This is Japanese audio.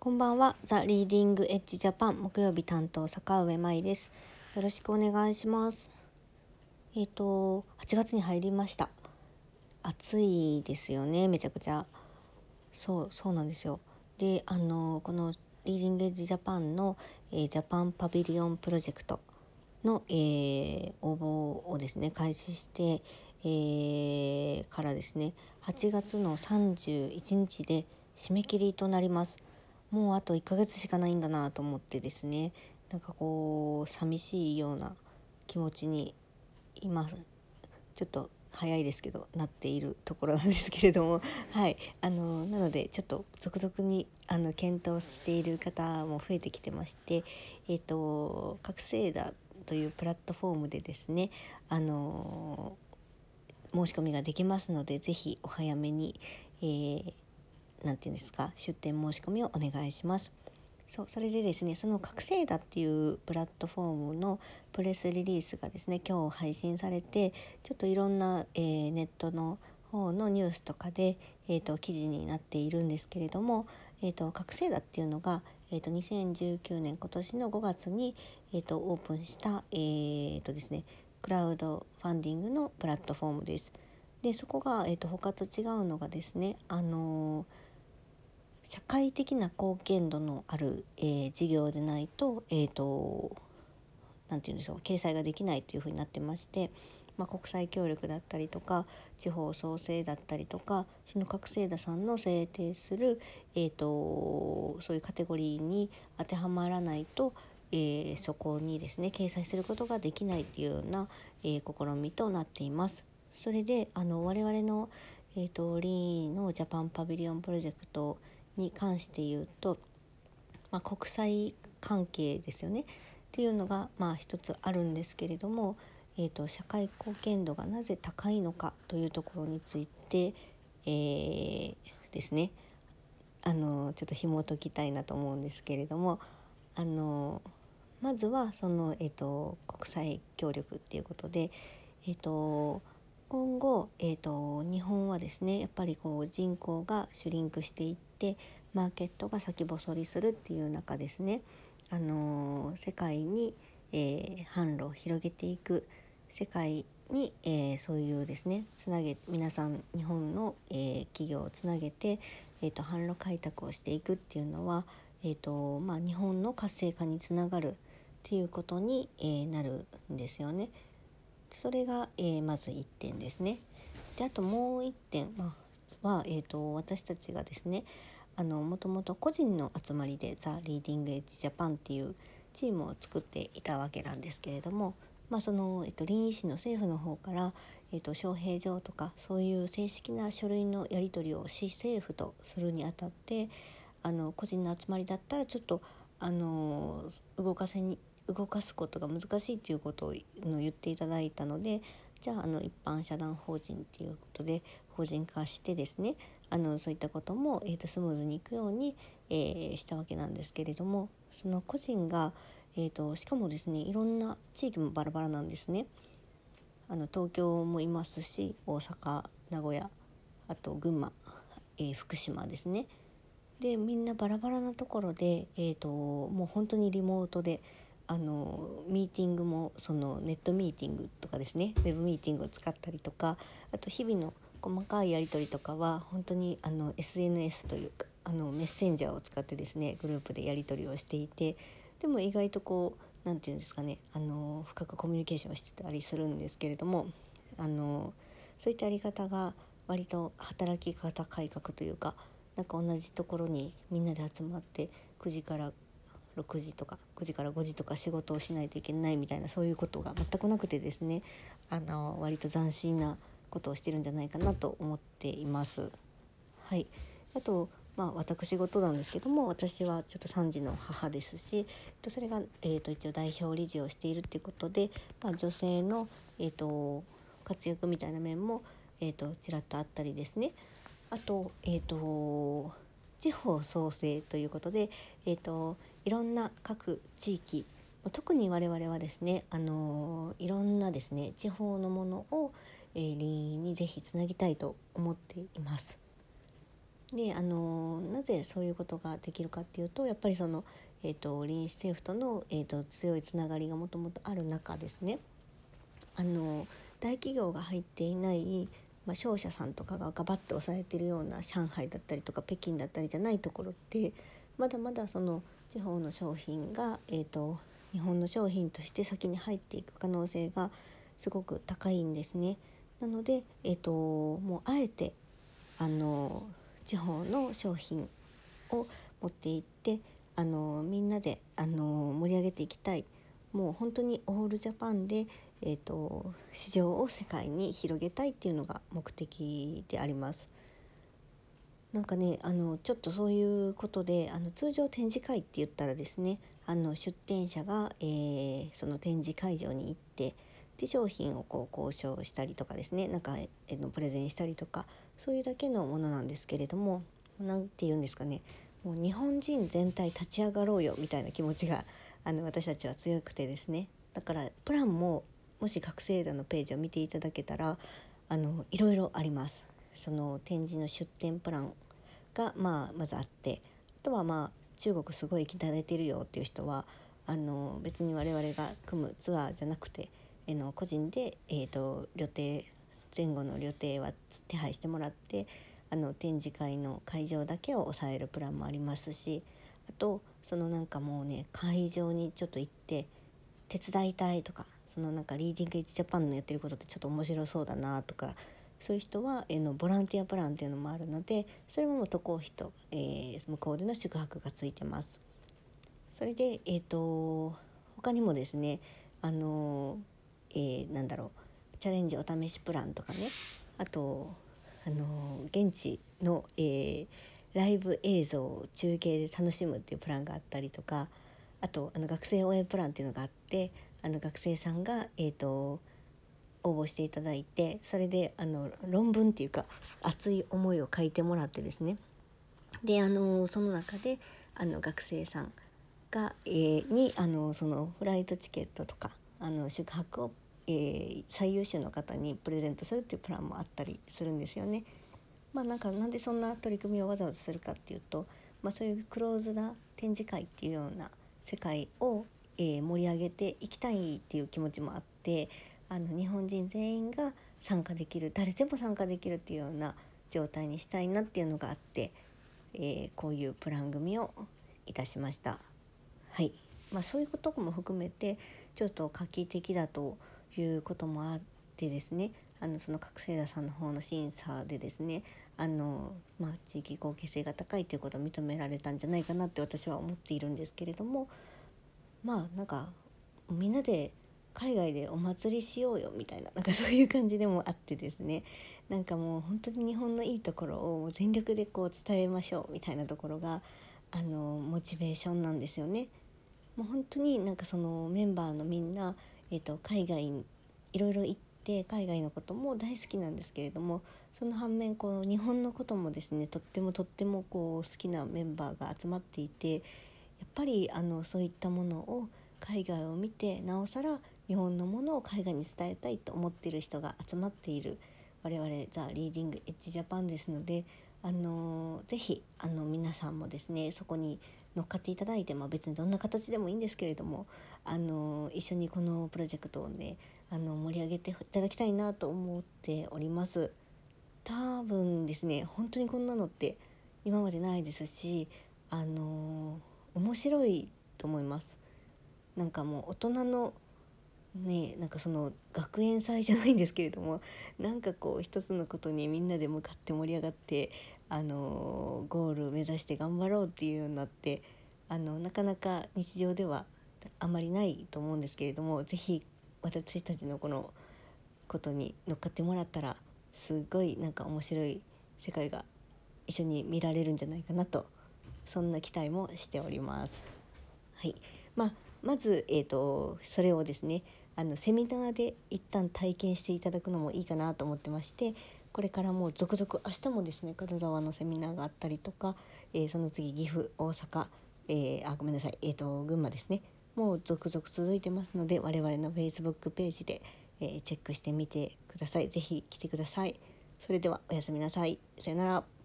こんばんは。ザ・リーディング・エッジ・ジャパン木曜日担当坂上舞です。よろしくお願いします。8月に入りました。暑いですよね、めちゃくちゃ。そうなんですよ。で、このリーディング・エッジ・ジャパンの、ジャパンパビリオンプロジェクトの、応募をですね開始して、からですね8月の31日で締め切りとなります。もうあと1ヶ月しかないんだなと思ってですね、なんかこう寂しいような気持ちに今ちょっと早いですけどなっているところなんですけれどもはい、なのでちょっと続々に検討している方も増えてきてまして、覚醒だというプラットフォームでですね、申し込みができますので、ぜひお早めに、なんていうんですか、出店申し込みをお願いします。それでですね、その覚醒だっていうプラットフォームのプレスリリースがですね今日配信されて、ちょっといろんな、ネットの方のニュースとかで、記事になっているんですけれども、覚醒だっていうのが、2019年今年の5月に、オープンした、ですね、クラウドファンディングのプラットフォームです。でそこが、他と違うのがですね、社会的な貢献度のある、事業でないと、なんていうんでしょう、掲載ができないというふうになってまして、国際協力だったりとか地方創生だったりとか、その覚醒田さんの制定する、そういうカテゴリーに当てはまらないと、そこにですね掲載することができないというような、試みとなっています。それで我々の、リーのジャパンパビリオンプロジェクトに関して言うと、国際関係ですよねっていうのが一つあるんですけれども、社会貢献度がなぜ高いのかというところについて、ですねちょっと紐解きたいなと思うんですけれども、まずはその、国際協力っていうことで、今後、日本はですねやっぱりこう人口がシュリンクしていってマーケットが先細りするっていう中ですね、世界に、販路を広げていく、世界に、そういうですね皆さん日本の、企業をつなげて、販路開拓をしていくっていうのは、日本の活性化につながるっていうことに、なるんですよね。それが、まず1点ですね。であともう1点、は、私たちがですねもともと個人の集まりでザ・リーディング・エッジ・ジャパンっていうチームを作っていたわけなんですけれども、その、臨医師の政府の方から、招聘状とかそういう正式な書類のやり取りを市政府とするにあたって、個人の集まりだったらちょっとあの動かすことが難しいということを言っていただいたので、じゃあ、一般社団法人ということで法人化してですね、そういったことも、スムーズにいくように、したわけなんですけれども、その個人が、しかもですねいろんな地域もバラバラなんですね。東京もいますし、大阪、名古屋、あと群馬、福島ですね。でみんなバラバラなところで、もう本当にリモートでミーティングもそのネットミーティングとかですね、ウェブミーティングを使ったりとか、あと日々の細かいやり取りとかは本当にSNS というかメッセンジャーを使ってですねグループでやり取りをしていて、でも意外とこうなんていうんですかね、深くコミュニケーションをしてたりするんですけれども、そういったやり方が割と働き方改革というか、なんか同じところにみんなで集まって9時から6時とか9時から5時とか仕事をしないといけないみたいな、そういうことが全くなくてですね、割と斬新なことをしてるんじゃないかなと思っています。はい。あと私事なんですけども、私はちょっと3児の母ですし、それが、一応代表理事をしているっていうことで、女性の、活躍みたいな面も、ちらっとあったりですね。あと、地方創生ということで、いろんな各地域、特に我々はですね、いろんなですね地方のものを、林にぜひつなぎたいと思っています。 でなぜそういうことができるかっていうと、やっぱりその、臨死政府との、強いつながりがもともとある中ですね、大企業が入っていない、商社さんとかがガバッと抑えてるような上海だったりとか北京だったりじゃないところって、まだまだその地方の商品が、日本の商品として先に入っていく可能性がすごく高いんですね。なので、もうあえて地方の商品を持っていってみんなで盛り上げていきたい。もう本当にオールジャパンで、市場を世界に広げたいっていうのが目的であります。なんかねちょっとそういうことで通常展示会って言ったらですね出展者が、その展示会場に行ってで商品をこう交渉したりとかですねなんか、プレゼンしたりとかそういうだけのものなんですけれども、なんて言うんですかね、もう日本人全体立ち上がろうよみたいな気持ちが私たちは強くてですね、だからプランももし学生団のページを見ていただけたらいろいろあります。その展示の出展プランが、まずあって、あとは中国すごい行き慣れてるよっていう人は別に我々が組むツアーじゃなくて、個人で、旅程前後の旅程は手配してもらって展示会の会場だけを抑えるプランもありますし、あとそのなんかもうね会場にちょっと行って手伝いたいとか、そのなんかリーディングエッジジャパンのやってることってちょっと面白そうだなとか、そういう人はボランティアプランっていうのもあるので、それも渡航費と、向こうでの宿泊がついてます。それで他にもですねなんだろう、チャレンジお試しプランとかね、あと現地の、ライブ映像を中継で楽しむっていうプランがあったりとか、あと学生応援プランっていうのがあって、学生さんが、応募していただいて、それで論文っていうか熱い思いを書いてもらってですね、でその中で学生さんが、にそのフライトチケットとか宿泊を、最優秀の方にプレゼントするっていうプランもあったりするんですよね。なんでそんな取り組みをわざわざするかっていうと、そういうクローズな展示会っていうような世界を、盛り上げていきたいっていう気持ちもあって、日本人全員が参加できる、誰でも参加できるっていうような状態にしたいなっていうのがあって、こういうプラン組みをいたしました。はい、そういうことも含めてちょっと画期的だということもあってですね、その覚醒剤さんの方の審査でですね地域貢献性が高いということを認められたんじゃないかなって私は思っているんですけれども、なんかみんなで海外でお祭りしようよみたいな、なんかそういう感じでもあってですね、なんかもう本当に日本のいいところを全力でこう伝えましょうみたいなところがモチベーションなんですよね。もう本当になんかそのメンバーのみんな、海外にいろいろ行って海外のことも大好きなんですけれども、その反面こう日本のこともですねとってもこう好きなメンバーが集まっていて、やっぱりそういったものを海外を見てなおさら日本のものを海外に伝えたいと思っている人が集まっている我々ザ・リーディングエッジジャパンですので、ぜひ皆さんもですねそこに乗っかっていただいて、別にどんな形でもいいんですけれども一緒にこのプロジェクトをね盛り上げていただきたいなと思っております。多分ですね本当にこんなのって今までないですし面白いと思います。なんかもう大人のね、なんかその学園祭じゃないんですけれども、なんかこう一つのことにみんなで向かって盛り上がってゴール目指して頑張ろうっていうようになって、なかなか日常ではあまりないと思うんですけれども、ぜひ私たちのこのことに乗っかってもらったらすごいなんか面白い世界が一緒に見られるんじゃないかなと、そんな期待もしております。はい、まず、それをですねセミナーで一旦体験していただくのもいいかなと思ってまして、これからもう続々明日もですね金沢のセミナーがあったりとか、その次岐阜大阪、ごめんなさい、群馬ですね、もう続々続いてますので我々の Facebook ページで、チェックしてみてください。ぜひ来てください。それではおやすみなさい。さよなら。